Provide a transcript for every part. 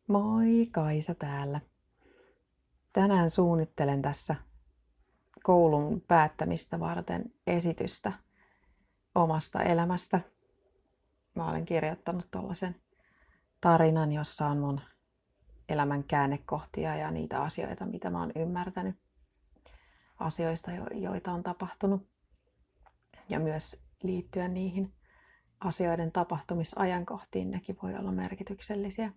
Moi, Kaisa täällä. Tänään suunnittelen tässä koulun päättämistä varten esitystä omasta elämästä. Mä olen kirjoittanut tuollaisen tarinan, jossa on mun elämän käännekohtia ja niitä asioita, mitä mä oon ymmärtänyt asioista, joita on tapahtunut. Ja myös liittyen niihin asioiden tapahtumisajankohtiin, nekin voi olla merkityksellisiä.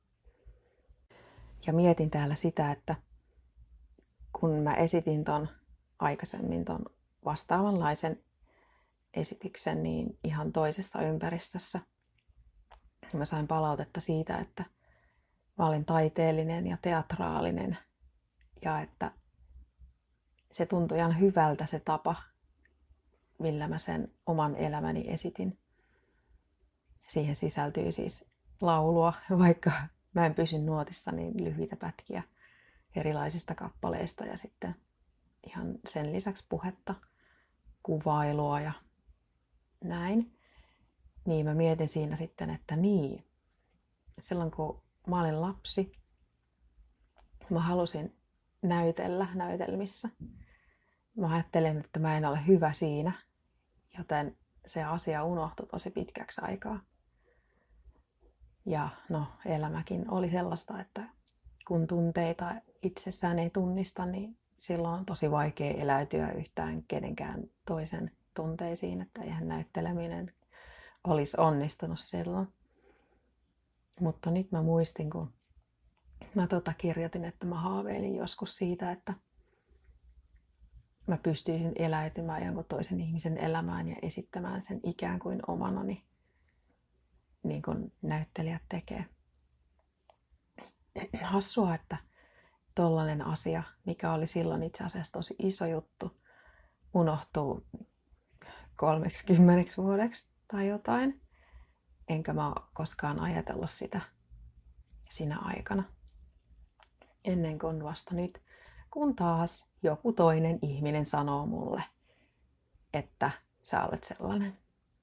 Ja mietin täällä sitä, että kun mä esitin aikaisemmin ton vastaavanlaisen esityksen, niin ihan toisessa ympäristössä mä sain palautetta siitä, että mä olin taiteellinen ja teatraalinen ja että se tuntui ihan hyvältä se tapa, millä mä sen oman elämäni esitin. Siihen sisältyy siis laulua, vaikka mä en pysy nuotissa, niin lyhyitä pätkiä erilaisista kappaleista ja sitten ihan sen lisäksi puhetta, kuvailua ja näin. Niin mä mietin siinä sitten, että silloin kun mä olin lapsi, mä halusin näytellä näytelmissä. Mä ajattelin, että mä en ole hyvä siinä, joten se asia unohtui tosi pitkäksi aikaa. Ja elämäkin oli sellaista, että kun tunteita itsessään ei tunnista, niin silloin on tosi vaikea eläytyä yhtään kenenkään toisen tunteisiin, että eihän näytteleminen olisi onnistunut silloin. Mutta nyt mä muistin, kun mä kirjoitin, että mä haaveilin joskus siitä, että mä pystyisin eläytymään jonkun toisen ihmisen elämään ja esittämään sen ikään kuin omanani, niin kuin näyttelijät tekee. Hassua, että tollainen asia, mikä oli silloin itse asiassa tosi iso juttu, unohtuu 30 vuodeksi tai jotain. Enkä mä ole koskaan ajatellut sitä sinä aikana. Ennen kuin vasta nyt, kun taas joku toinen ihminen sanoo mulle, että sä olet sellainen.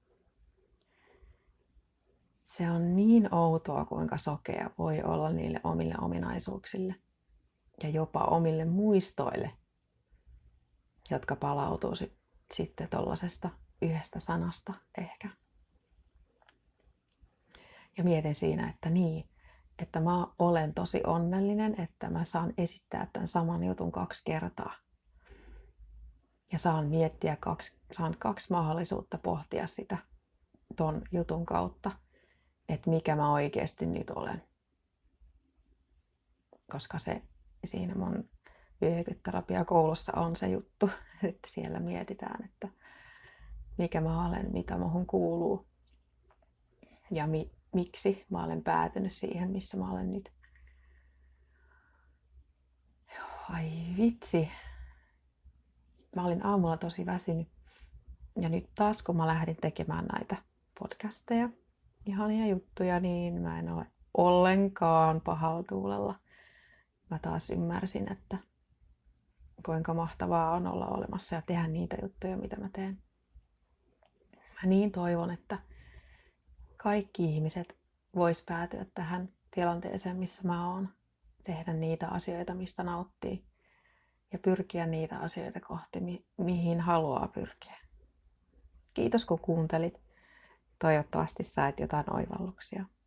Se on niin outoa, kuinka sokea voi olla niille omille ominaisuuksille ja jopa omille muistoille, jotka palautuu sitten tollasesta yhdestä sanasta ehkä. Ja mietin siinä, että mä olen tosi onnellinen, että mä saan esittää tämän saman jutun 2 kertaa. Ja saan miettiä saan 2 mahdollisuutta pohtia sitä ton jutun kautta, että mikä mä oikeasti nyt olen. Koska se siinä mun vyöhyketerapiakoulussa on se juttu, että siellä mietitään, että mikä mä olen, mitä muhun kuuluu ja miksi mä olen päätynyt siihen, missä mä olen nyt. Ai vitsi. Mä olin aamulla tosi väsynyt. Ja nyt taas kun mä lähdin tekemään näitä podcasteja, ihania juttuja, niin mä en ole ollenkaan pahalla tuulella. Mä taas ymmärsin, että kuinka mahtavaa on olla olemassa ja tehdä niitä juttuja, mitä mä teen. Mä niin toivon, että kaikki ihmiset vois päätyä tähän tilanteeseen, missä mä oon. Tehdä niitä asioita, mistä nauttii. Ja pyrkiä niitä asioita kohti, mihin haluaa pyrkiä. Kiitos kun kuuntelit. Toivottavasti sait jotain oivalluksia.